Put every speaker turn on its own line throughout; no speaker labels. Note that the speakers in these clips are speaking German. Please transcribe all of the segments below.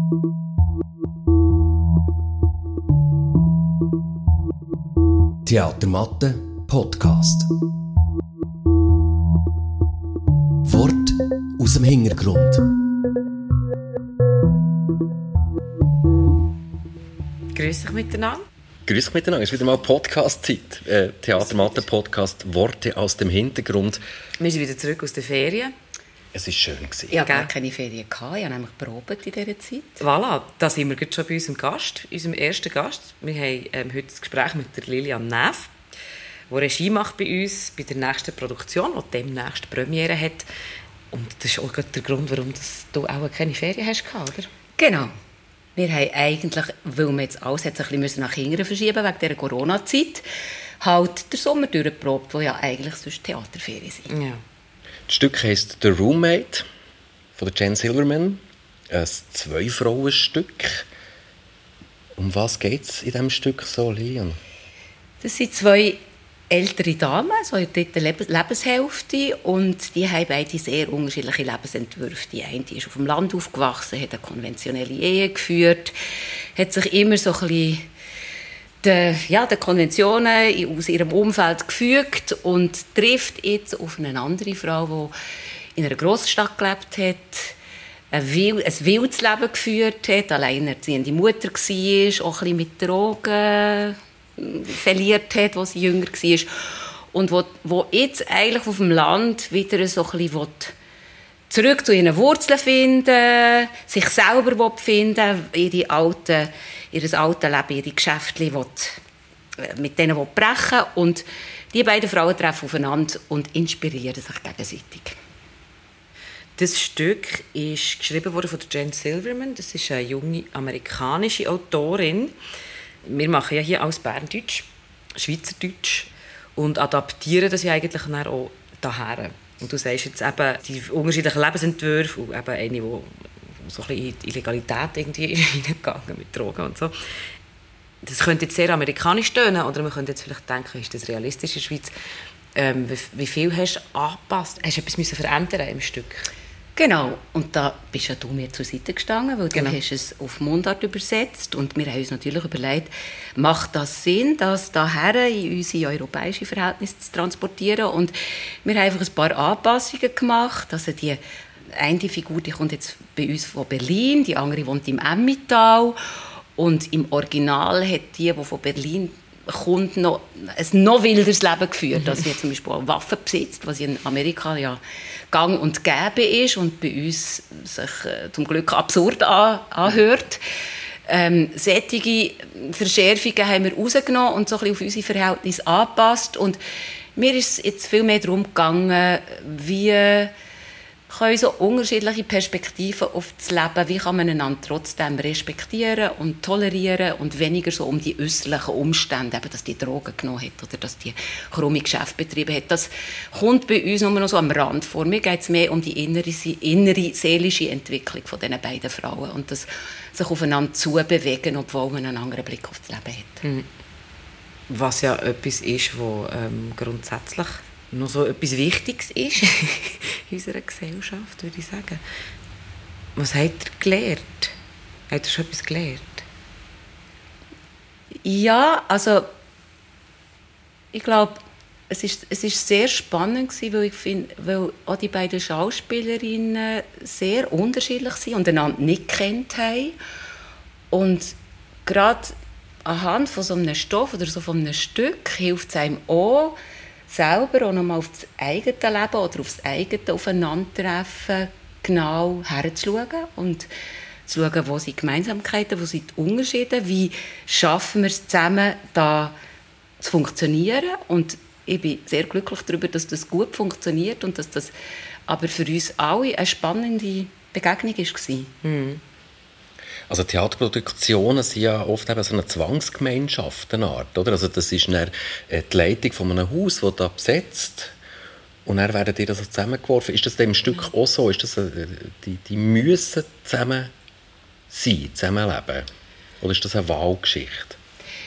Theatermatte Podcast. Wort aus dem Hintergrund.
Grüß dich miteinander.
Grüß euch miteinander. Es ist wieder mal Podcast-Zeit. Theatermatte Podcast Worte aus dem Hintergrund.
Wir sind wieder zurück aus den Ferien.
Es war schön.
Ich hatte gar keine Ferien. Ich habe nämlich probiert in dieser Zeit.
Voilà, da sind wir schon bei unserem Gast, unserem ersten Gast. Wir haben heute das Gespräch mit der Lilian Neff, die Regie macht bei uns, bei der nächsten Produktion, die demnächst Premiere hat. Und das ist auch der Grund, warum du auch keine Ferien hast, oder?
Genau. Wir haben eigentlich, weil wir jetzt alles jetzt ein bisschen nach hinten verschieben wegen dieser Corona-Zeit, halt den Sommer durchgeprobt, wo ja eigentlich sonst Theaterferien sind.
Ja.
Das Stück heisst «The Roommate» von Jen Silverman. Ein Zwei-Frauen-Stück. Um was geht es in diesem Stück so, Lilian?
Das sind zwei ältere Damen, so in der dritten Lebenshälfte, und die haben beide sehr unterschiedliche Lebensentwürfe. Die eine ist auf dem Land aufgewachsen, hat eine konventionelle Ehe geführt, hat sich immer so ein bisschen den Konventionen aus ihrem Umfeld gefügt und trifft jetzt auf eine andere Frau, die in einer Großstadt gelebt hat, ein wildes Leben geführt hat, alleinerziehende Mutter war, auch ein bisschen mit Drogen verliert hat, als sie jünger war. Und wo jetzt eigentlich auf dem Land wieder so ein bisschen zurück zu ihren Wurzeln finden, sich selber finden, ihr altes Leben, ihre Geschäfte mit denen brechen. Und die beiden Frauen treffen aufeinander und inspirieren sich gegenseitig.
Das Stück ist geschrieben worden von Jen Silverman. Das ist eine junge amerikanische Autorin. Wir machen ja hier alles Berndeutsch, Schweizerdeutsch und adaptieren das ja eigentlich dann auch daher. Und du sagst jetzt eben die unterschiedlichen Lebensentwürfe und eben eine, die so ein bisschen in die Illegalität irgendwie reingegangen mit Drogen und so. Das könnte jetzt sehr amerikanisch tönen, oder man könnte jetzt vielleicht denken, ist das realistisch in der Schweiz? Wie viel hast du angepasst? Hast du etwas verändern im Stück?
Genau, und da bist ja du mir zur Seite gestanden, weil du hast es auf Mundart übersetzt und wir haben uns natürlich überlegt, macht das Sinn, das daher in unsere europäischen Verhältnisse zu transportieren, und wir haben einfach ein paar Anpassungen gemacht. Also die eine Figur, die kommt jetzt bei uns von Berlin, die andere wohnt im Emmental, und im Original hat die von Berlin kommt noch ein noch wilderes Leben geführt. Also sie hat zum Beispiel auch Waffen besitzt, was in Amerika ja gang und gäbe ist und bei uns sich zum Glück absurd anhört. Solche Verschärfungen haben wir rausgenommen und so ein bisschen auf unsere Verhältnisse angepasst. Und mir ist es jetzt viel mehr darum gegangen, wie können so unterschiedliche Perspektiven auf das Leben, wie kann man einander trotzdem respektieren und tolerieren und weniger so um die äußerlichen Umstände, eben, dass die Drogen genommen hat oder dass die krumme Geschäfte betrieben hat. Das kommt bei uns nur noch so am Rand vor. Mir geht es mehr um die innere seelische Entwicklung von diesen beiden Frauen und das sich aufeinander zubewegen, obwohl man einen anderen Blick auf das Leben hat.
Mhm. Was ja etwas ist, was grundsätzlich noch so etwas Wichtiges ist in unserer Gesellschaft, würde ich sagen. Was habt ihr gelernt? Habt ihr schon etwas gelernt?
Ja, also ich glaube, es ist sehr spannend gewesen, weil auch die beiden Schauspielerinnen sehr unterschiedlich sind und einander nicht gekannt haben. Und gerade anhand von so einem Stoff oder so von einem Stück hilft es einem auch, selber auch nochmal auf das eigene Leben oder auf das eigene Aufeinandertreffen genau herzuschauen und zu schauen, wo sind die Gemeinsamkeiten, wo sind die Unterschiede, wie schaffen wir es zusammen, da zu funktionieren. Und ich bin sehr glücklich darüber, dass das gut funktioniert und dass das aber für uns alle eine spannende Begegnung war.
Mhm. Also Theaterproduktionen sind ja oft eben so eine Zwangsgemeinschaft, eine Art, oder? Also das ist dann die Leitung von einem Haus, das da besetzt, und dann werden die da so zusammengeworfen. Ist das in dem Stück auch so? Ist das die müssen zusammen sein, zusammenleben? Oder ist das eine Wahlgeschichte?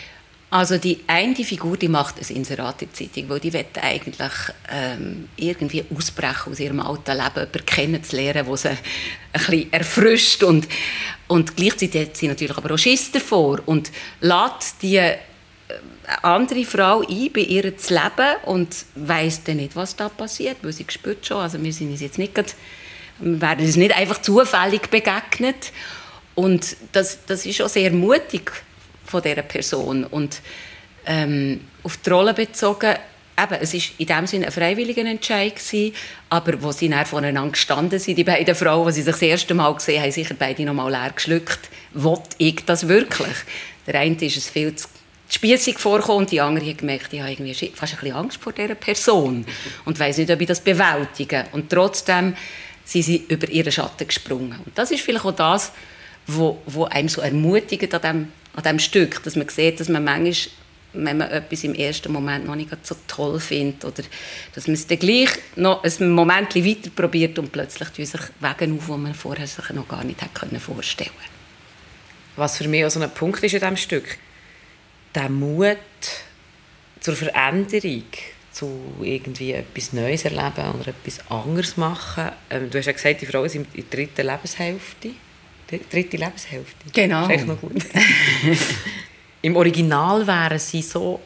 Also die eine Figur, die macht ein Inserat in der Zeitung, weil die will eigentlich irgendwie ausbrechen aus ihrem alten Leben, jemanden kennenzulernen, der sie ein bisschen erfrischt und gleichzeitig hat sie natürlich aber auch Schiss davor und lässt die andere Frau ein, bei ihr zu leben und weiss dann nicht, was da passiert, weil sie spürt schon, also wir sind uns jetzt nicht gerade, wir werden uns nicht einfach zufällig begegnet und das ist schon sehr mutig von dieser Person und auf die Rolle bezogen, eben, es war in dem Sinne ein freiwilliger Entscheid gewesen, aber wo sie dann voneinander gestanden sind, die beiden Frauen, die sie sich das erste Mal gesehen haben, sicher beide noch mal leer geschluckt. Will ich das wirklich? Der eine ist es viel zu spiessig vorgekommen und die andere hat gemerkt, ich habe irgendwie fast ein bisschen Angst vor dieser Person und weiss nicht, ob ich das bewältige. Und trotzdem sind sie über ihren Schatten gesprungen. Und das ist vielleicht auch das, wo einem so ermutigt an diesem Stück, dass man sieht, dass man manchmal, wenn man etwas im ersten Moment noch nicht so toll findet oder dass man es dann gleich noch ein Moment weiter probiert und plötzlich tun sich Wege auf, die man vorher sich noch gar nicht vorstellen konnte.
Was für mich auch so ein Punkt ist in diesem Stück, der Mut zur Veränderung, zu irgendwie etwas Neues erleben oder etwas anderes machen. Du hast ja gesagt, die Frauen sind in der dritten Lebenshälfte. Dritte Lebenshälfte.
Genau.
Das ist echt noch gut. Im Original wären sie so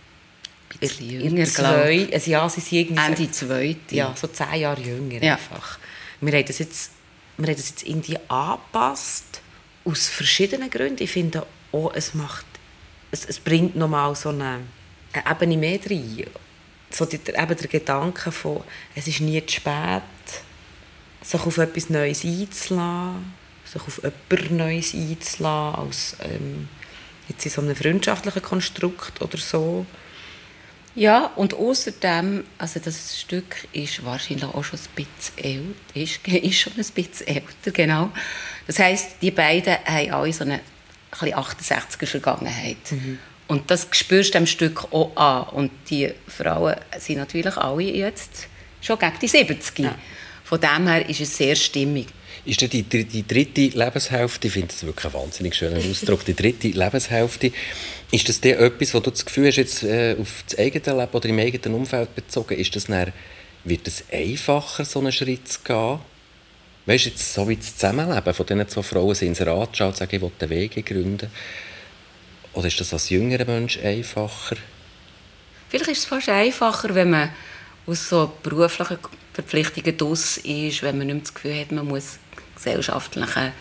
jünger,
ja, sie sind irgendwie
Ende zweite.
Ja, so 10 Jahre jünger
ja.
Einfach. Wir haben das jetzt irgendwie angepasst, aus verschiedenen Gründen. Ich finde auch, es bringt nochmal so eine Ebene mehr rein. So der Gedanke von, es ist nie zu spät, sich auf etwas Neues einzulassen, sich auf etwas Neues einzulassen, als jetzt in so einem freundschaftlichen Konstrukt oder so.
Ja, und außerdem, also das Stück ist wahrscheinlich auch schon ein bisschen älter, ist schon ein bisschen älter, genau. Das heisst, die beiden haben alle so eine 68er-Vergangenheit. Mhm. Und das spürst du dem Stück auch an. Und die Frauen sind natürlich alle jetzt schon gegen die 70. Ja. Von dem her ist es sehr stimmig.
Ist denn die dritte Lebenshälfte, ich finde das wirklich ein wahnsinnig schöner Ausdruck, die dritte Lebenshälfte, ist das etwas, wo du das Gefühl hast, jetzt auf das eigene Leben oder im eigenen Umfeld bezogen, wird es einfacher, so einen Schritt zu gehen? Weißt du, jetzt so wie das Zusammenleben von diesen 2 Frauen, sie ins Rad schaut, sagen, ich will den Weg gründen? Oder ist das als jüngerer Mensch einfacher?
Vielleicht ist es fast einfacher, wenn man aus so beruflichen Verpflichtungen draus ist, wenn man nicht mehr das Gefühl hat, man muss gesellschaftlichen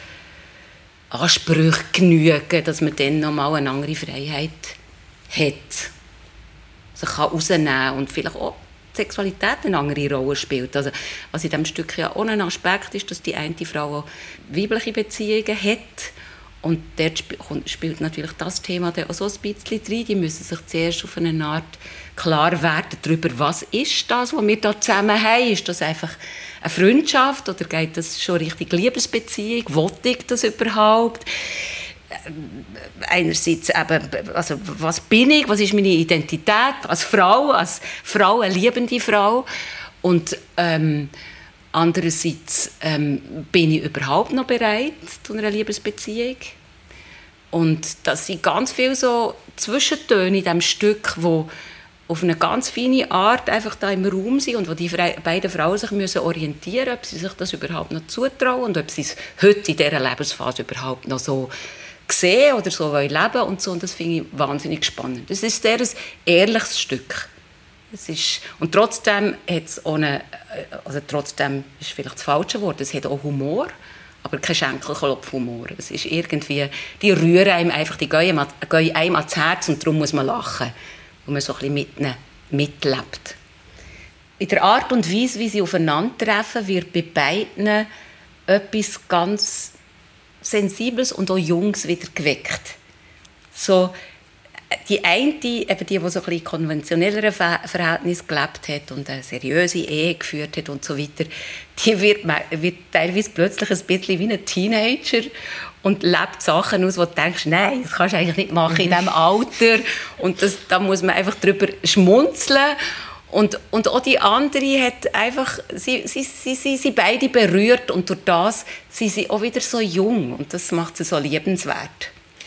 Ansprüchen genügen, dass man dann noch mal eine andere Freiheit hat, sich rausnehmen kann und vielleicht auch die Sexualität eine andere Rolle spielt. Also, was in diesem Stück ja auch ein Aspekt ist, dass die eine Frau auch weibliche Beziehungen hat. Und dort spielt natürlich das Thema auch so ein bisschen rein. Die müssen sich zuerst auf eine Art klar werden darüber, was ist das, was wir da zusammen haben. Ist das einfach eine Freundschaft oder geht das schon Richtung Liebesbeziehung? Will ich das überhaupt? Einerseits eben, also was bin ich, was ist meine Identität als Frau eine liebende Frau und andererseits bin ich überhaupt noch bereit zu einer Liebesbeziehung und das sind ganz viele so Zwischentöne in diesem Stück, wo auf eine ganz feine Art einfach da im Raum sind und wo die beiden Frauen sich müssen orientieren, ob sie sich das überhaupt noch zutrauen und ob sie es heute in dieser Lebensphase überhaupt noch so sehen oder so leben wollen und so. Und das finde ich wahnsinnig spannend. Es ist ein sehr ehrliches Stück. Und trotzdem hat es trotzdem ist vielleicht das falsche Wort, es hat auch Humor, aber kein Schenkelklopf-Humor. Es ist irgendwie, die rühren einem einfach, die gehen einem ans Herz und darum muss man lachen, wo man so ein bisschen mitlebt. In der Art und Weise, wie sie aufeinandertreffen, wird bei beiden etwas ganz Sensibles und auch Junges wieder geweckt. So, die eine, die so ein bisschen konventionellere Verhältnis gelebt hat und eine seriöse Ehe geführt hat und so weiter, die wird teilweise plötzlich ein bisschen wie ein Teenager und lebt Sachen aus, wo du denkst, nein, das kannst du eigentlich nicht machen in diesem Alter. Und da muss man einfach drüber schmunzeln. Und auch die andere hat einfach, sie beide berührt und durch das sind sie auch wieder so jung und das macht sie so liebenswert.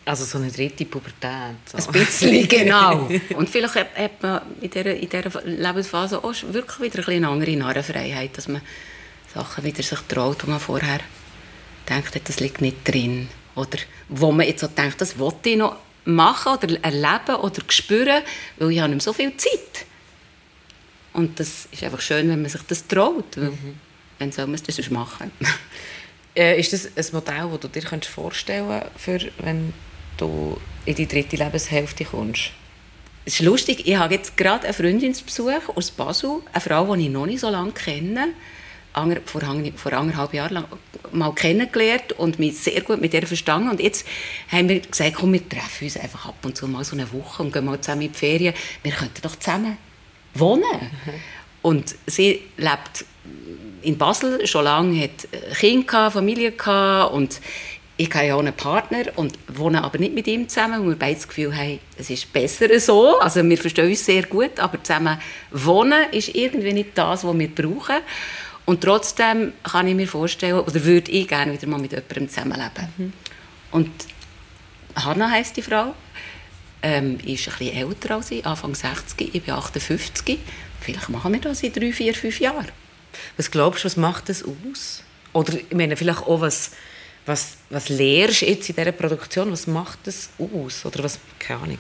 Also so eine dritte Pubertät. So.
Ein bisschen, genau. Und vielleicht hat man in dieser Lebensphase auch wirklich wieder eine andere Narrenfreiheit, dass man Sachen wieder sich traut, die man vorher denkt, das liegt nicht drin. Oder wo man jetzt so denkt, das wollte ich noch machen oder erleben oder spüren, weil ich habe nicht mehr so viel Zeit. Und das ist einfach schön, wenn man sich das traut. Weil dann soll man es das machen.
Ist das ein Modell, das du dir vorstellen könntest, wenn du in die dritte Lebenshälfte kommst?
Es ist lustig, ich habe jetzt gerade einen Freundschaftsbesuch aus Basel, eine Frau, die ich noch nicht so lange kenne, vor 1,5 Jahren mal kennengelernt und mich sehr gut mit ihr verstanden. Und jetzt haben wir gesagt, komm, wir treffen uns einfach ab und zu mal so eine Woche und gehen mal zusammen in die Ferien. Wir könnten doch zusammen wohnen. Und sie lebt in Basel schon lange, hat Kinder, Familie gehabt und ich habe ja auch einen Partner und wohne aber nicht mit ihm zusammen, weil wir beide das Gefühl haben, es ist besser so. Also wir verstehen uns sehr gut, aber zusammen wohnen ist irgendwie nicht das, was wir brauchen. Und trotzdem kann ich mir vorstellen, oder würde ich gerne wieder mal mit jemandem zusammenleben. Und Hanna heisst die Frau, ist ein bisschen älter als ich, Anfang 60, ich bin 58. Vielleicht machen wir das in 3, 4, 5 Jahren.
Was glaubst du, was macht das aus? Oder ich meine, vielleicht auch, was lehrst du jetzt in dieser Produktion? Was macht das aus? Oder was, keine Ahnung.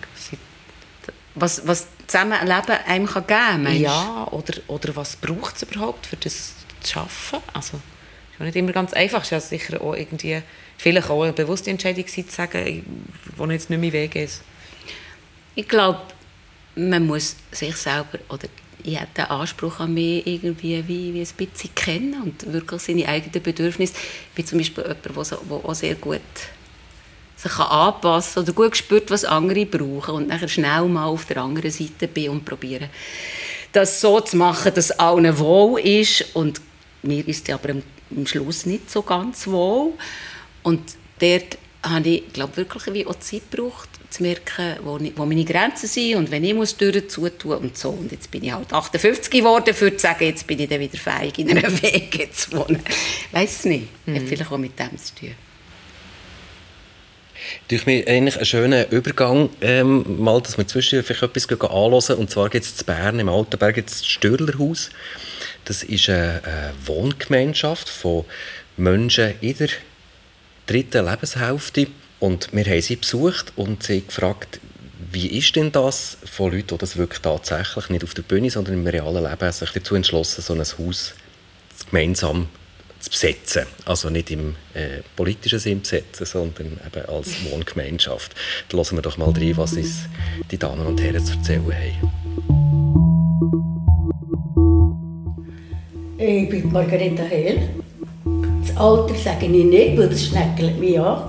Was Zusammenleben einem geben kann?
Ja, oder was braucht es überhaupt, für das zu arbeiten? Also, ist nicht immer ganz einfach. Es ist ja sicher auch irgendwie, vielleicht auch eine bewusste Entscheidung zu sagen, ich will jetzt nicht mehr Weg ist.
Ich glaube, man muss sich selber, oder ich habe den Anspruch an mich irgendwie wie ein bisschen kennen und wirklich seine eigenen Bedürfnisse. Ich bin zum Beispiel jemand, der auch sehr gut sich anpassen kann oder gut spürt, was andere brauchen und nachher schnell mal auf der anderen Seite bin und probiere, das so zu machen, dass allen wohl ist. Und mir ist aber am Schluss nicht so ganz wohl. Und dort habe ich, glaube wirklich wie auch Zeit gebraucht, zu merken, wo meine Grenzen sind und wenn ich muss Türen zutun und so. Und jetzt bin ich halt 58 geworden, für zu sagen, jetzt bin ich dann wieder fähig, in einer Wege zu wohnen. Ich weiss es nicht. Hat vielleicht auch mit dem zu tun.
Durch mich eigentlich einen schönen Übergang, mal, dass wir zwischendurch vielleicht etwas anhören. Und zwar gibt es in Bern, im Altenberg, gibt es das Störlerhaus. Das ist eine Wohngemeinschaft von Menschen in der dritten Lebenshälfte. Und wir haben sie besucht und sie gefragt, wie ist denn das von Leuten, die das wirklich tatsächlich nicht auf der Bühne, sondern im realen Leben sich dazu entschlossen, so ein Haus gemeinsam zu besetzen. Also nicht im politischen Sinn besetzen, sondern eben als Wohngemeinschaft. Da hören wir doch mal rein, was uns die Damen und Herren zu erzählen haben.
Ich bin Margareta Hehl. Das Alter sage ich nicht, weil das schneckelt mich an.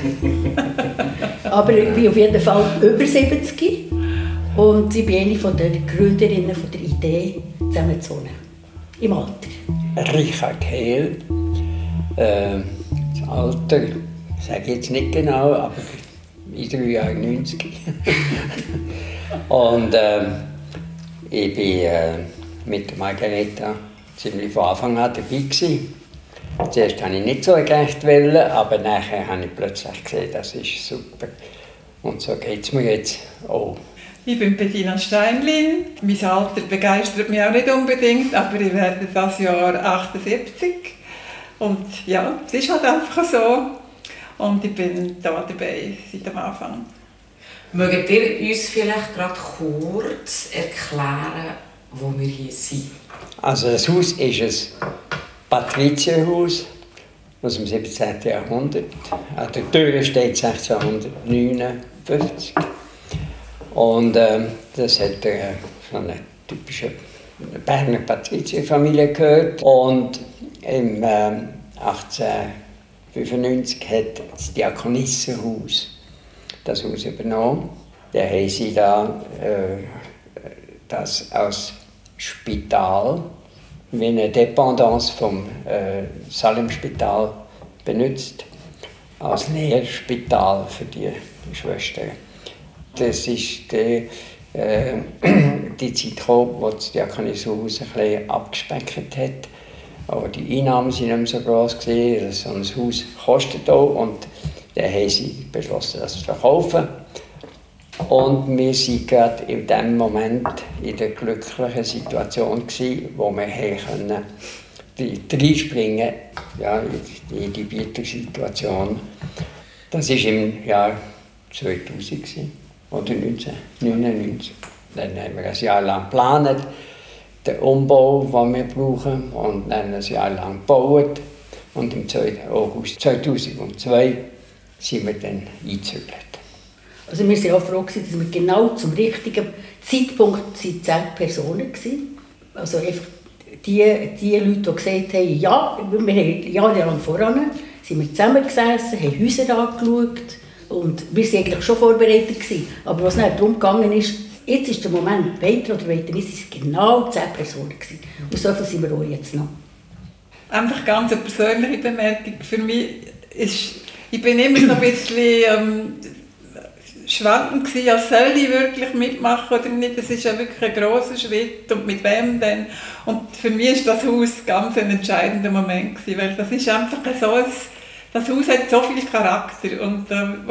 Aber ich bin auf jeden Fall über 70 und ich bin eine der Gründerinnen der Idee, zusammen zu wohnen. Im Alter.
Richard Hehl. Das Alter sage ich jetzt nicht genau, aber in 3 Jahren 90. Und ich bin mit Margareta ziemlich von Anfang an dabei gewesen. Zuerst wollte ich nicht so recht, aber nachher habe ich plötzlich gesehen, das ist super. Und so geht es mir jetzt auch.
Ich bin Bettina Steinlin. Mein Alter begeistert mich auch nicht unbedingt, aber ich werde das Jahr 78. Und ja, es ist halt einfach so. Und ich bin da dabei seit dem Anfang.
Mögt ihr uns vielleicht gerade kurz erklären, wo wir hier sind?
Also das Haus ist ein Patrizierhaus aus dem 17. Jahrhundert. An der Tür steht 1659. Und das hat so eine typische Berner Patrizierfamilie gehört. Und im 1895 hat das Diakonissenhaus das Haus übernommen. Da haben sie das als Spital, wie eine Dependance vom Salemspital benutzt, als Lehrspital für die Schwestern. Das ist die Zeit gekommen, wo das Diakonissenhaus ein bisschen abgespeckt hat. Aber die Einnahmen waren nicht mehr so gross gewesen. So ein Haus kostet auch. Und Dann haben sie beschlossen, das zu verkaufen. Und wir waren gerade in dem Moment in der glücklichen Situation, wo wir reinspringen konnten, ja, in die Bietersituation. Das war im Jahr 2000 oder 1999. Dann haben wir ein Jahr lang geplant, den Umbau, den wir brauchen, und dann ein Jahr lang gebaut. Und im August 2002 sind wir dann eingezügelt.
Also wir waren auch froh, dass wir genau zum richtigen Zeitpunkt 10 Personen waren. Also einfach die Leute, die gesagt haben, ja, wir haben jahrelang voran, sind wir zusammengesessen, haben Häuser angeschaut und wir waren eigentlich schon vorbereitet gewesen. Aber was dann darum gegangen ist, jetzt ist der Moment, weiter oder weiter nicht, es waren genau 10 Personen gewesen. Und so viel sind wir auch jetzt noch.
Einfach ganz eine persönliche Bemerkung. Für mich ist, ich bin immer so ein bisschen schwankend gewesen, ja, soll ich wirklich mitmachen oder nicht. Das ist ja wirklich ein grosser Schritt und mit wem denn. Und für mich ist das Haus ganz ein entscheidender Moment gewesen, weil das ist einfach so, das Haus hat so viel Charakter und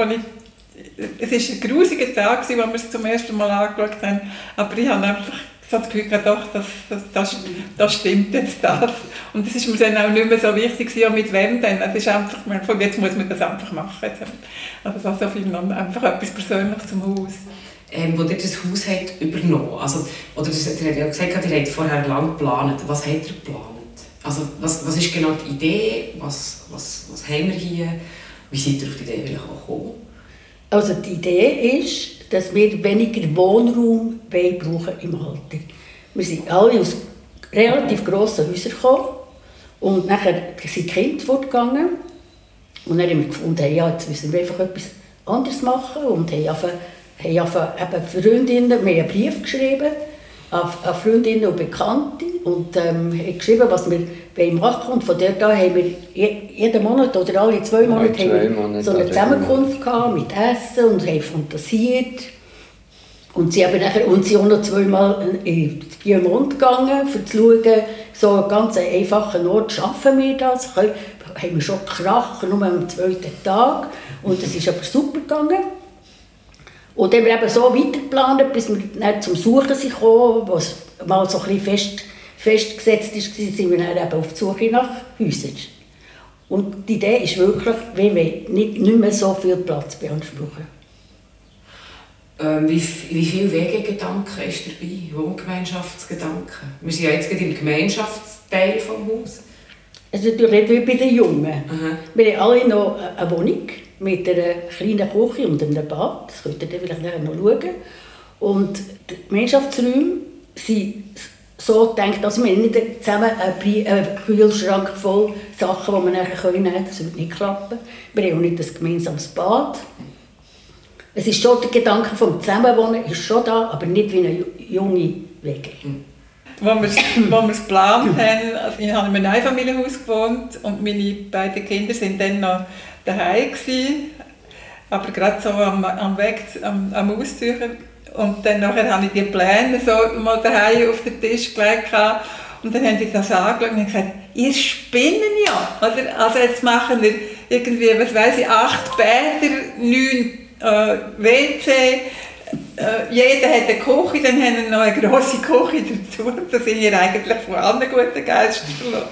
es war ein grusiger Tag, als wir es zum ersten Mal angeschaut haben, aber ich habe einfach so das Gefühl gehabt, doch, das stimmt jetzt das. Und das ist mir dann auch nicht mehr so wichtig, ja, mit wem denn. Es ist einfach, jetzt muss man das einfach machen. Also das ist einfach etwas Persönliches zum Haus.
Wo ihr das Haus habt übernommen habt, also, oder ihr habt ja gesagt, ihr habt vorher lange geplant. Was habt ihr geplant? Also was ist genau die Idee? Was haben wir hier? Wie seid ihr auf die Idee gekommen?
Also die Idee ist, dass wir weniger Wohnraum brauchen im Alter. Wir sind alle aus relativ grossen Häusern gekommen und nachher sind die Kinder fortgegangen. Und dann haben wir gefunden, ja, jetzt müssen wir einfach etwas anderes machen und haben Freundinnen, wir haben einen Brief geschrieben an Freundinnen und Bekannte und haben geschrieben, was wir machen wollen. Und von dort an haben wir jeden Monat oder alle 2 Monate, so eine Zusammenkunft gehabt mit Essen und haben fantasiert. Und sie haben auch noch 2-mal in Piemont gegangen, um zu schauen, so einen ganz einfachen Ort, schaffen wir das? Haben wir schon gekracht, nur am 2. Tag. Und es ist aber super gegangen. Und dann haben wir eben so weitergeplant, bis wir dann zum Suchen kamen, was mal so ein bisschen festgesetzt war, sind wir dann eben auf die Suche nach Häusern. Und die Idee ist wirklich, wir wollen nicht mehr so viel Platz beanspruchen.
Wie viel Wegegedanken ist dabei? Wohngemeinschaftsgedanken? Wir sind ja jetzt gerade im Gemeinschaftsteil des Hauses.
Es ist natürlich wie bei den Jungen. Mhm. Wir haben alle noch eine Wohnung mit einer kleinen Küche und einem Bad. Das könnt ihr dann vielleicht nachher noch schauen. Und die Gemeinschaftsräume sind so gedacht, dass wir nicht zusammen einen Kühlschrank voll Sachen, die wir nachher nehmen können. Das wird nicht klappen. Wir haben auch nicht ein gemeinsames Bad. Es ist schon der Gedanke vom Zusammenwohnen ist schon da, aber nicht wie eine junge Wege.
Als wir es geplant haben, also ich habe in einem Einfamilienhaus gewohnt und meine beiden Kinder waren dann noch daheim gewesen, aber gerade so am Weg, am Ausziehen. Und dann habe ich die Pläne so mal daheim auf den Tisch gelegt. Und dann haben sie das angeschaut und gesagt, ihr spinnt ja. Oder? Also jetzt machen wir irgendwie, 8 Bäder, 9 WC, jeder hat eine Küche, dann haben wir noch eine grosse Küche dazu. Da sind wir eigentlich von allen guten Geistern verloren.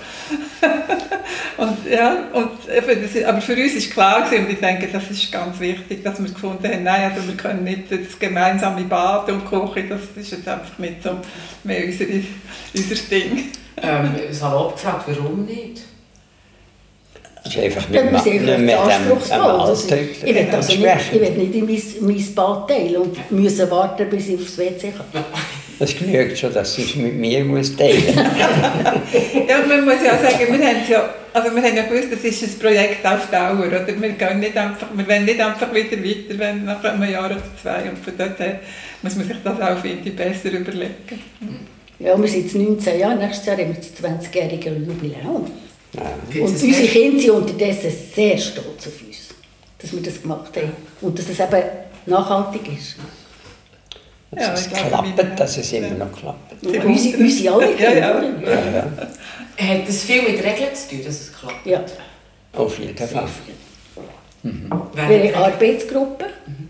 Aber für uns war klar gewesen, und ich denke, das ist ganz wichtig, dass wir gefunden haben, nein, also wir können nicht das gemeinsame Bad und Küche, das ist jetzt einfach nicht so mehr unser Ding.
Salopp gefragt, warum nicht?
Das ist einfach nicht mehr
anspruchsvoll. Ich will nicht in mein Bad teilen und müssen warten, bis ich aufs WC kann.
Das genügt schon, dass ich es mit mir teilen muss.
Ja, man muss ja sagen, wir haben ja gewusst, das ist ein Projekt auf Dauer. Oder? Wir wollen nicht einfach wieder weiter, nach einem Jahr oder 2. Und von dort her muss man sich das auch, finde ich, besser überlegen.
Ja, wir sind jetzt 19 Jahre, nächstes Jahr haben wir das 20-jährige Jubiläum. Ja. Und unsere Kinder sind unterdessen sehr stolz auf uns, dass wir das gemacht haben und dass es eben nachhaltig ist.
Ja, es klappt, dass es immer noch klappt.
Unsere alle Kinder.
Hat das viel mit Regeln zu tun, dass es klappt?
Ja.
Auf jeden Fall.
Wir haben Arbeitsgruppen,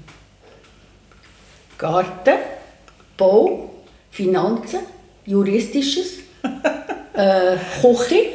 Garten, Bau, Finanzen, Juristisches, Küche,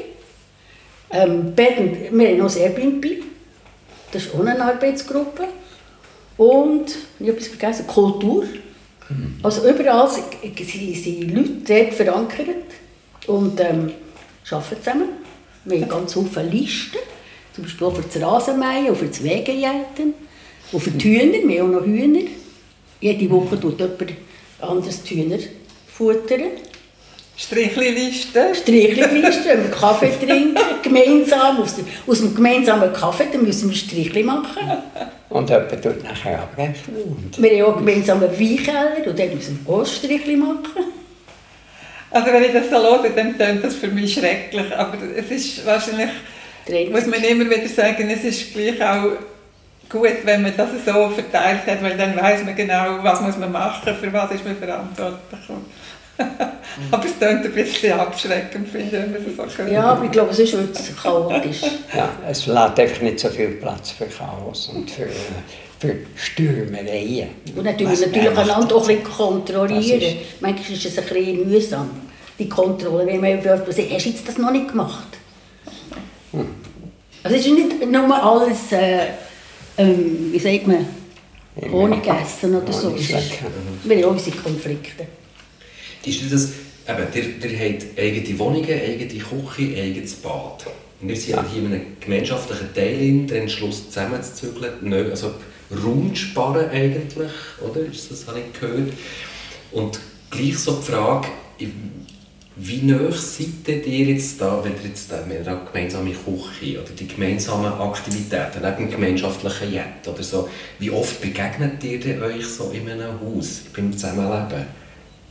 wir haben noch das Airbnb, das ist auch eine Arbeitsgruppe. Und, ich habe etwas vergessen, Kultur. Also überall sind Leute dort verankert und arbeiten zusammen. Wir haben ganz viele Listen, zum Beispiel auch für das Rasenmähen und für das Wegejäten und für die Hühner. Wir haben auch noch Hühner. Jede Woche tut jemand anderes die Hühner futtern.
Strichli-Liste,
wenn wir Kaffee trinken, gemeinsam, aus dem gemeinsamen Kaffee, dann müssen wir Strichli machen.
Und jemand tut nachher abrechnen.
Wir haben auch gemeinsam einen Weinkeller und dann müssen wir auch Strichli machen.
Also wenn ich das so höre, dann klingt das für mich schrecklich, aber es ist wahrscheinlich, muss man immer wieder sagen, es ist gleich auch gut, wenn man das so verteilt hat, weil dann weiss man genau, was muss man machen, für was ist man verantwortlich. Aber es klingt ein bisschen abschreckend, finde ich, wenn man das so hört.
Ja, aber ich glaube, es ist wirklich chaotisch.
Ja, es lässt einfach nicht so viel Platz für Chaos und für Stürmereien.
Und natürlich einander auch ein bisschen kontrollieren. Manchmal ist es ein bisschen mühsam, die Kontrolle. Wenn man sagt, hast du jetzt das noch nicht gemacht? Also es ist nicht nur alles, wie sagt man, Honig essen oder so. Wir haben auch unsere Konflikte.
Ist das, eben, ihr habt eigene Wohnungen, eigene Küche, eigenes Bad. Und wir sind ja hier in einem gemeinschaftlichen Teil, den Entschluss zusammenzuzügeln, also Raum zu sparen eigentlich, oder? Das habe ich gehört. Und gleich so die Frage, wie nahe seid ihr jetzt da, wenn ihr jetzt die gemeinsame Küche oder die gemeinsamen Aktivitäten, neben dem gemeinschaftlichen Jet oder so, wie oft begegnet ihr euch so in einem Haus beim Zusammenleben?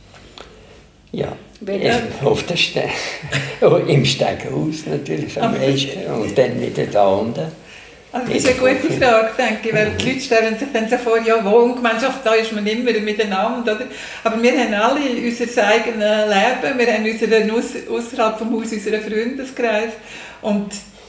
Ja, auf der im Stegenhaus natürlich am meisten und dann wieder da unten.
Also das ist eine gute Frage, denke ich, weil die Leute stellen sich dann so vor, ja, Wohngemeinschaft, da ist man immer miteinander, oder? Aber wir haben alle unser eigenes Leben, wir haben außerhalb vom Haus unseren Freundeskreis und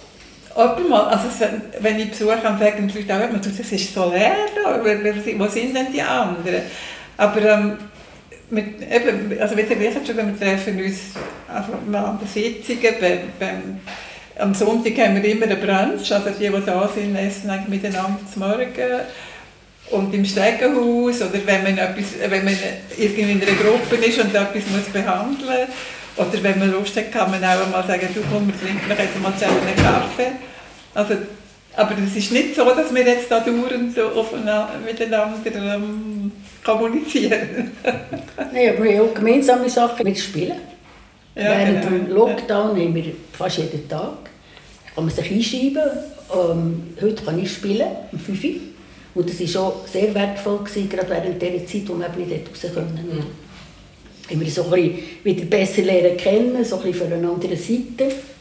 also wenn ich Besuch habe, sagen die Leute auch, das ist so leer da, wo sind denn die anderen? Aber also wie gesagt schon, wir treffen uns an den Sitzungen, am Sonntag haben wir immer einen Brunch, also die da sind, essen eigentlich miteinander zum Morgen. Und im Stegenhaus, oder wenn man irgendwie in einer Gruppe ist und etwas muss behandeln muss, oder wenn man Lust hat, kann man auch mal sagen, du komm, wir trinken jetzt mal zusammen einen Kaffee. Also, aber es ist nicht so, dass wir jetzt da dauernd so miteinander kommunizieren.
Nein, aber wir haben auch gemeinsame Sachen mit Spielen.
Ja,
während
genau.
dem Lockdown haben wir fast jeden Tag. Kann man sich einschreiben. Heute kann ich spielen, um 5 Uhr. Und das war auch sehr wertvoll, gerade während dieser Zeit, wo wir eben nicht raus konnten. Haben wir so ein bisschen wieder besser lernen kennen, so ein bisschen von einer anderen Seite.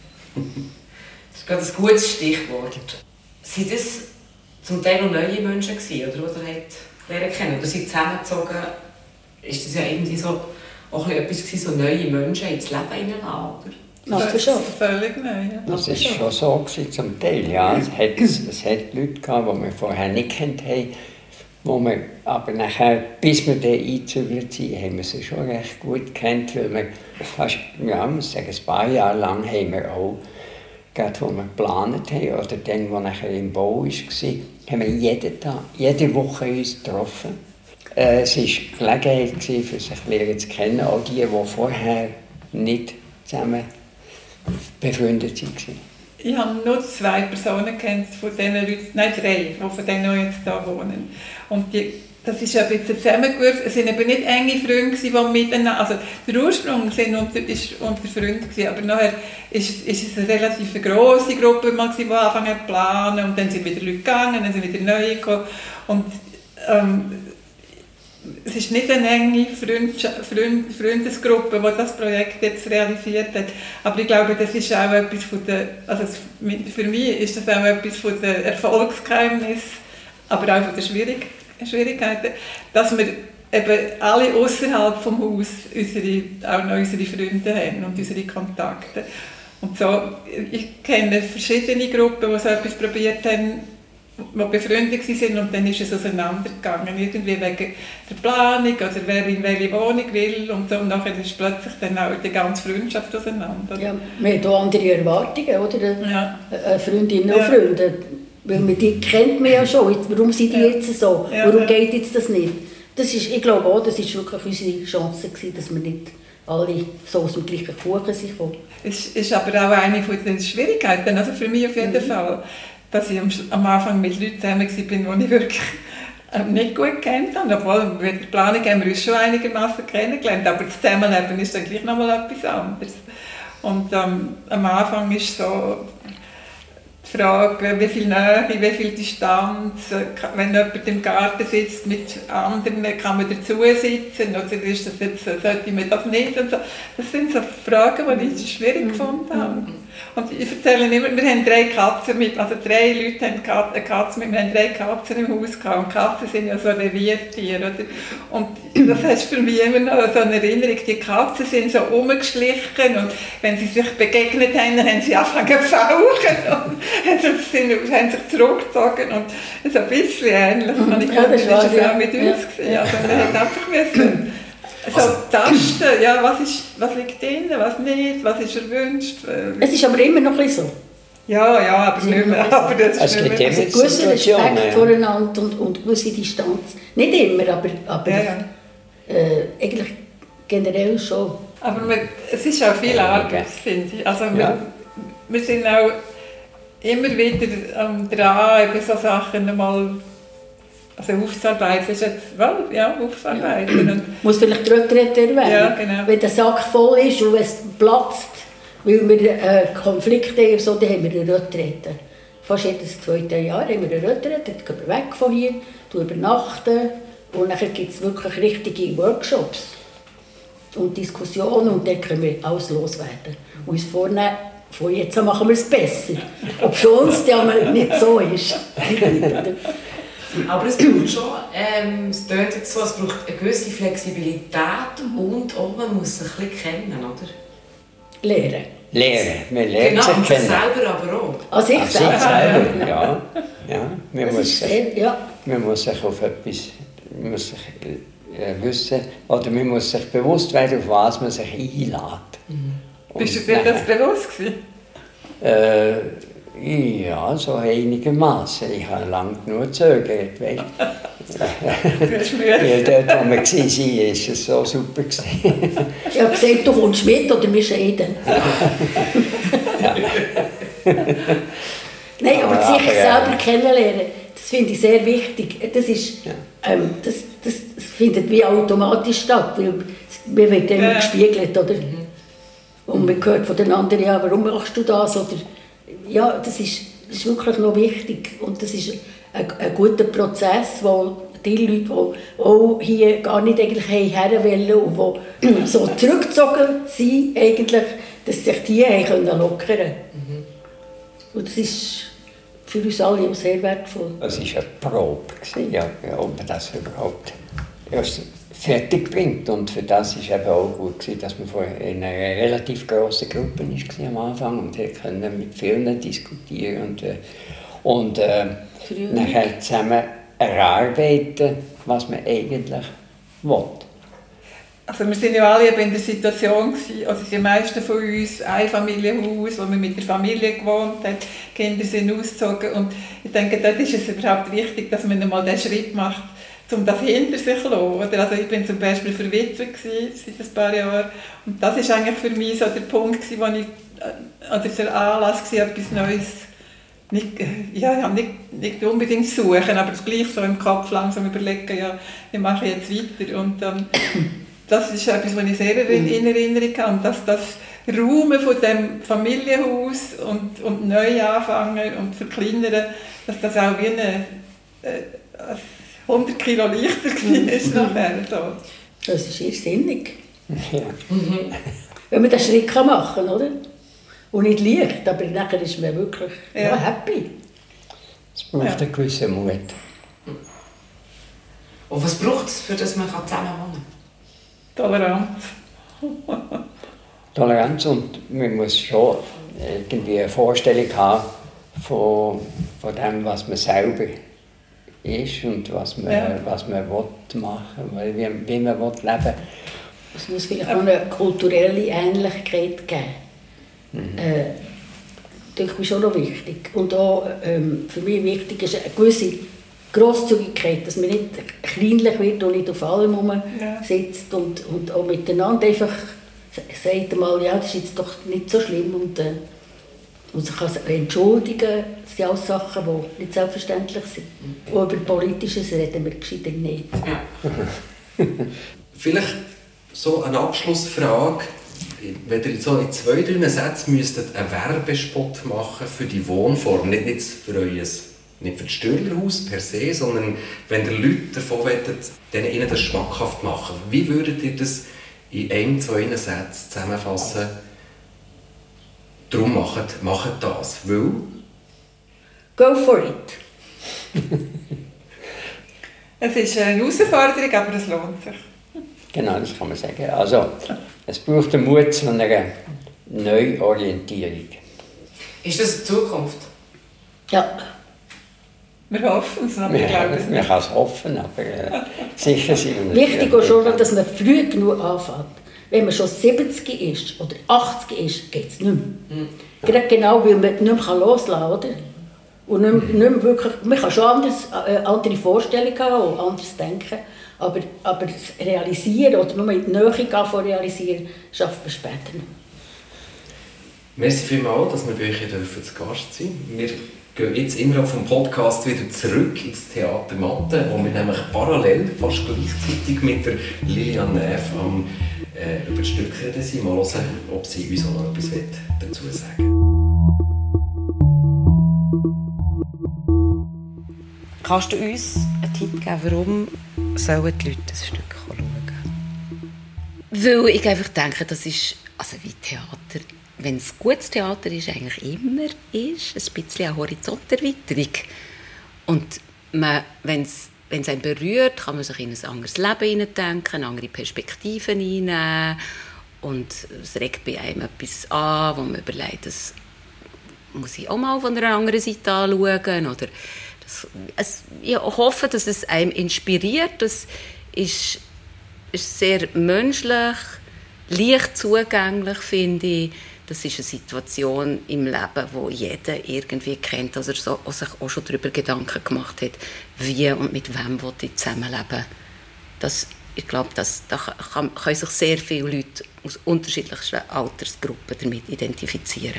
Das ist gerade ein gutes Stichwort. Sind das zum Teil noch neue Menschen gewesen, oder die ihr lernen kennen? Oder sind zusammengezogen? Ist das ja irgendwie so auch etwas gewesen, so neue Menschen ins Leben hineinlassen, oder?
Nachbarschaft.
Völlig neu, ja.
Das war schon so gewesen, zum Teil, ja. Es hat Leute gehabt, die wir vorher nicht kennt haben, wo wir aber nachher, bis wir dann eingezügelt sind, haben wir sie schon recht gut gekannt, weil wir fast, ja, ich muss sagen, ein paar Jahre lang haben wir auch, gerade wo wir geplant haben, oder dann, wo nachher im Bau war, haben wir jeden Tag, jede Woche uns getroffen. Es war Gelegenheit für sich lernen zu kennen, auch die, die vorher nicht zusammen befreundet waren.
Ich habe nur 2 Personen kennt von diesen Leuten, nein 3, die von denen die jetzt hier wohnen. Und das ist ein bisschen zusammengewürfelt. Es waren eben nicht enge Freunde, die miteinander, also der Ursprung war unter Freunden, aber nachher ist es eine relativ grosse Gruppe, die angefangen hat zu planen und dann sind wieder Leute gegangen, dann sind wieder neue gekommen. Und es ist nicht eine enge Freundesgruppe, die das Projekt jetzt realisiert hat. Aber ich glaube, das ist auch etwas für mich ist das auch etwas von den Erfolgsgeheimnissen, aber auch von den Schwierigkeiten, dass wir eben alle außerhalb vom Haus auch noch unsere Freunde haben und unsere Kontakte. Und so, ich kenne verschiedene Gruppen, die so etwas probiert haben, befreundet waren und dann ist es auseinandergegangen, irgendwie wegen der Planung oder wer in welche Wohnung will und so und nachher ist plötzlich dann auch die ganze Freundschaft auseinander.
Ja, wir haben auch andere Erwartungen, oder?
Ja.
Freundinnen und Freunde, weil man die kennt man ja schon, warum sind die jetzt so, warum geht jetzt das nicht? Das ist, ich glaube auch, das war wirklich unsere Chance gewesen, dass wir nicht alle so aus dem gleichen Kuchen sind.
Es ist aber auch eine der Schwierigkeiten, also für mich auf jeden Fall, dass ich am Anfang mit Leuten zusammen war, die ich wirklich nicht gut kennt habe. Obwohl, mit der Planung haben wir uns schon einigermaßen kennengelernt, aber das Zusammenleben ist dann gleich nochmal etwas anderes. Und am Anfang ist so die Frage, wie viel Nähe, wie viel Distanz, wenn jemand im Garten sitzt mit anderen, kann man dazu sitzen, oder ist das jetzt, sollte man das nicht? Und so. Das sind so Fragen, die ich schwierig gefunden habe. Und ich erzähle immer, wir haben 3 Katzen mit, also 3 Leute haben eine Katze mit, wir haben 3 Katzen im Haus gehabt und Katzen sind ja so Reviertiere, oder? Und das ist für mich immer noch so eine Erinnerung, die Katzen sind so rumgeschlichen und wenn sie sich begegnet haben, dann haben sie angefangen zu fauchen und haben sich zurückgezogen und so ein bisschen ähnlich. Und ich glaube, das war auch mit uns gewesen. Also man hat einfach müssen so tasten, ja, was liegt drin, was nicht, was ist erwünscht.
Es ist aber immer noch ein bisschen so.
Ja, aber nicht mehr. Aber das ist
nicht
mehr.
Also
gewisser Respekt voreinander und gewisse Distanz. Nicht immer, aber eigentlich generell schon.
Aber es ist auch viel Arbeit, finde ich. Also wir sind auch immer wieder dran, über so Sachen einmal aufzuarbeiten. Ist jetzt, aufzuarbeiten. Und
muss vielleicht die Retrette erwähnen.
Ja, genau.
Wenn der Sack voll ist und es platzt, weil wir Konflikte haben, so, dann haben wir eine Retrette. Fast jedes 2. Jahr haben wir eine Retrette, dann gehen wir weg von hier, übernachten und dann gibt es wirklich richtige Workshops und Diskussionen und dann können wir alles loswerden. Und uns vornehmen, von jetzt an machen wir es besser. Obwohl es ja nicht so ist.
Aber es braucht schon, es tönt jetzt so, es braucht eine gewisse Flexibilität und auch man muss sich ein bisschen kennen, oder?
Lernen.
Man lernt sich
und
kennen.
selber aber auch.
Also ich selber.
Ja. Man muss sich auf etwas wissen, oder man muss sich bewusst werden, auf was man sich einlädt.
Bist du dir das bewusst gewesen?
Ja, so einigermaßen. Ich habe lange genug gezögert. Weil dort, wo wir waren, war es so super.
Ich habe gesagt, du kommst mit oder wir scheiden. Nein, aber sich selber kennenlernen, das finde ich sehr wichtig. Das, ist, das findet wie automatisch statt, weil wir werden immer gespiegelt, oder? Und man hört von den anderen, ja, warum machst du das? Oder, ja, das ist wirklich noch wichtig und das ist ein guter Prozess, wo die Leute, die auch hier gar nicht eigentlich her wollen und die so zurückgezogen sind, eigentlich, dass sich die lockern können. Und das ist für uns alle auch sehr wertvoll.
Es war eine Probe, ob man das überhaupt erst fertig bringt. Und für das war es eben auch gut, dass man in einer relativ grossen Gruppe war am Anfang und konnte mit vielen diskutieren und nachher zusammen erarbeiten, was man eigentlich will.
Also wir sind ja alle in der Situation, also die meisten von uns, ein Familienhaus, wo man mit der Familie gewohnt hat, die Kinder sind ausgezogen und ich denke, dort ist es überhaupt wichtig, dass man einmal den Schritt macht, um das hinter sich zu lassen. Also ich bin zum Beispiel verwitwet seit ein paar Jahren und das war eigentlich für mich so der Punkt, wo ich, oder der Anlass war, etwas Neues nicht unbedingt suchen, aber gleich so im Kopf langsam überlegen, ja, wie mache ich jetzt weiter und das ist etwas, was ich sehr in Erinnerung habe. Und das Räumen von dem Familienhaus und neu anfangen und verkleinern, dass das auch wie eine 100 Kilo leichter war nachher. So.
Das ist irrsinnig. Ja. Wenn man den Schritt machen kann, oder? Und nicht leicht, aber nachher ist man wirklich happy.
Es braucht einen gewissen Mut.
Und was braucht es, für das man zusammen wohnen kann?
Toleranz und man muss schon irgendwie eine Vorstellung haben von dem, was man selber ist und was man machen will, wie man leben will.
Es muss vielleicht auch eine kulturelle Ähnlichkeit geben. Das ist mir schon noch wichtig. Und auch für mich wichtig ist eine gewisse Grosszügigkeit, dass man nicht kleinlich wird und nicht auf allem sitzt und auch miteinander einfach sagt mal, ja, das ist jetzt doch nicht so schlimm und sich kann entschuldigen. Das sind alles Sachen, die nicht selbstverständlich sind. Und über Politisches reden wir gescheiter nicht.
Vielleicht so eine Abschlussfrage. Wenn ihr so in 2-3 Sätzen müsstet einen Werbespot machen für die Wohnform, nicht für nicht für das Störlerhaus per se, sondern wenn ihr Leute davon wollt, denen ihnen das schmackhaft machen, wie würdet ihr das in 1-2 Sätzen zusammenfassen? Darum macht das, weil...
Go for it!
Es ist eine Herausforderung, aber es lohnt sich.
Genau, das kann man sagen. Also, es braucht den Mut zu einer Neuorientierung.
Ist das die Zukunft?
Ja.
Wir hoffen es, aber wir glauben es nicht.
Man kann es hoffen, aber sicher sind wir
Wichtig ist schon, dass man früh genug anfängt. Wenn man schon 70 ist oder 80 ist, geht es nicht mehr. Gerade genau, weil man nicht mehr loslassen kann, oder? Und nicht mehr wirklich, man kann schon andere Vorstellungen haben und anders denken, aber das Realisieren oder nur in die Nähe gehen von Realisieren, schafft man später nicht.
Merci vielmals, dass wir bei euch zu Gast sein dürfen. Wir gehen jetzt innerhalb vom Podcast wieder zurück ins Theater Matte, wo wir nämlich parallel, fast gleichzeitig mit der Lilian Neff über das Stück reden sind. Mal hören, ob sie uns auch noch etwas dazu sagen will.
Kannst du uns einen Tipp geben, warum sollen die Leute das Stück schauen?
Weil ich einfach denke, das ist, also wie Theater, wenn es gutes Theater ist, eigentlich immer ist, ein bisschen eine Horizonterweiterung. Und wenn es einen berührt, kann man sich in ein anderes Leben hineindenken, andere Perspektiven hineinnehmen. Und es regt bei einem etwas an, wo man überlegt, das muss ich auch mal von einer anderen Seite anschauen. Oder ich hoffe, dass es einem inspiriert. Das ist sehr menschlich, leicht zugänglich, finde ich. Das ist eine Situation im Leben, die jeder irgendwie kennt, also sich auch schon darüber Gedanken gemacht hat, wie und mit wem ich zusammenleben. Ich glaube, da können sich sehr viele Leute aus unterschiedlichsten Altersgruppen damit identifizieren.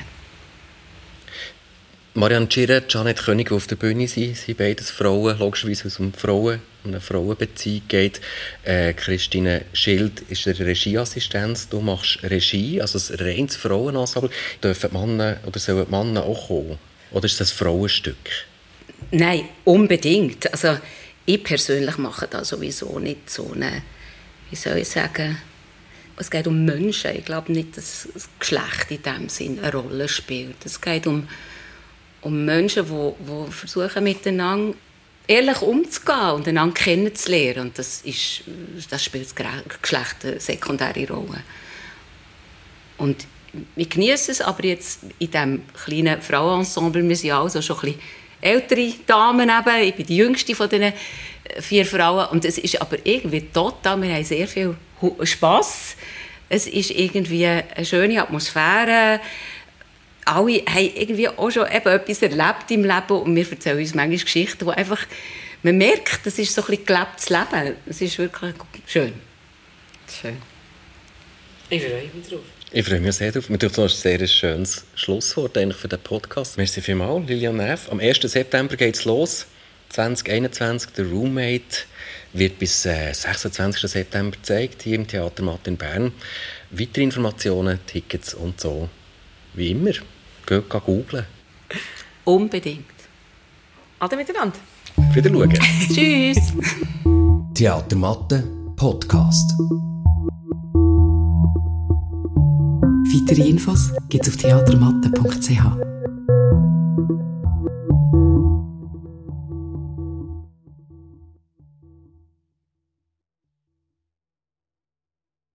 Marianne Tschirrer, Janet König, die auf der Bühne sind beides Frauen, logischerweise aus einer Frauenbeziehung geht. Christine Schild ist eine Regieassistenz, du machst Regie, also ein reines Frauenensemble. Dürfen Männer oder sollen die Männer auch kommen? Oder ist das ein Frauenstück?
Nein, unbedingt. Also ich persönlich mache da sowieso nicht so eine, wie soll ich sagen, es geht um Menschen. Ich glaube nicht, dass das Geschlecht in diesem Sinn eine Rolle spielt. Es geht um Menschen, die versuchen, miteinander ehrlich umzugehen und einander kennenzulernen. Und das spielt das Geschlecht eine sekundäre Rolle. Und ich genieße es, aber jetzt in diesem kleinen Frauenensemble, wir sind ja also schon ein bisschen ältere Damen. Ich bin die jüngste von diesen 4 Frauen. Und es ist aber irgendwie total, wir haben sehr viel Spass. Es ist irgendwie eine schöne Atmosphäre. Alle haben irgendwie auch schon etwas erlebt im Leben und wir erzählen uns manchmal Geschichten, wo einfach, man merkt, das ist so ein bisschen gelebtes Leben. Es ist wirklich schön.
Schön. Ich freue mich drauf.
Ich freue mich sehr drauf. Mir tut es ein sehr schönes Schlusswort eigentlich für den Podcast. Merci vielmals, Lilian Neff. Am 1. September geht es los. 2021, der Roommate wird bis 26. September gezeigt, hier im Theater Matte in Bern. Weitere Informationen, Tickets und so, wie immer. Geht googlen.
Unbedingt.
Ade miteinander.
Wieder schauen.
Tschüss.
Theater Matte Podcast.
Weitere Infos gibt's auf theatermatte.ch.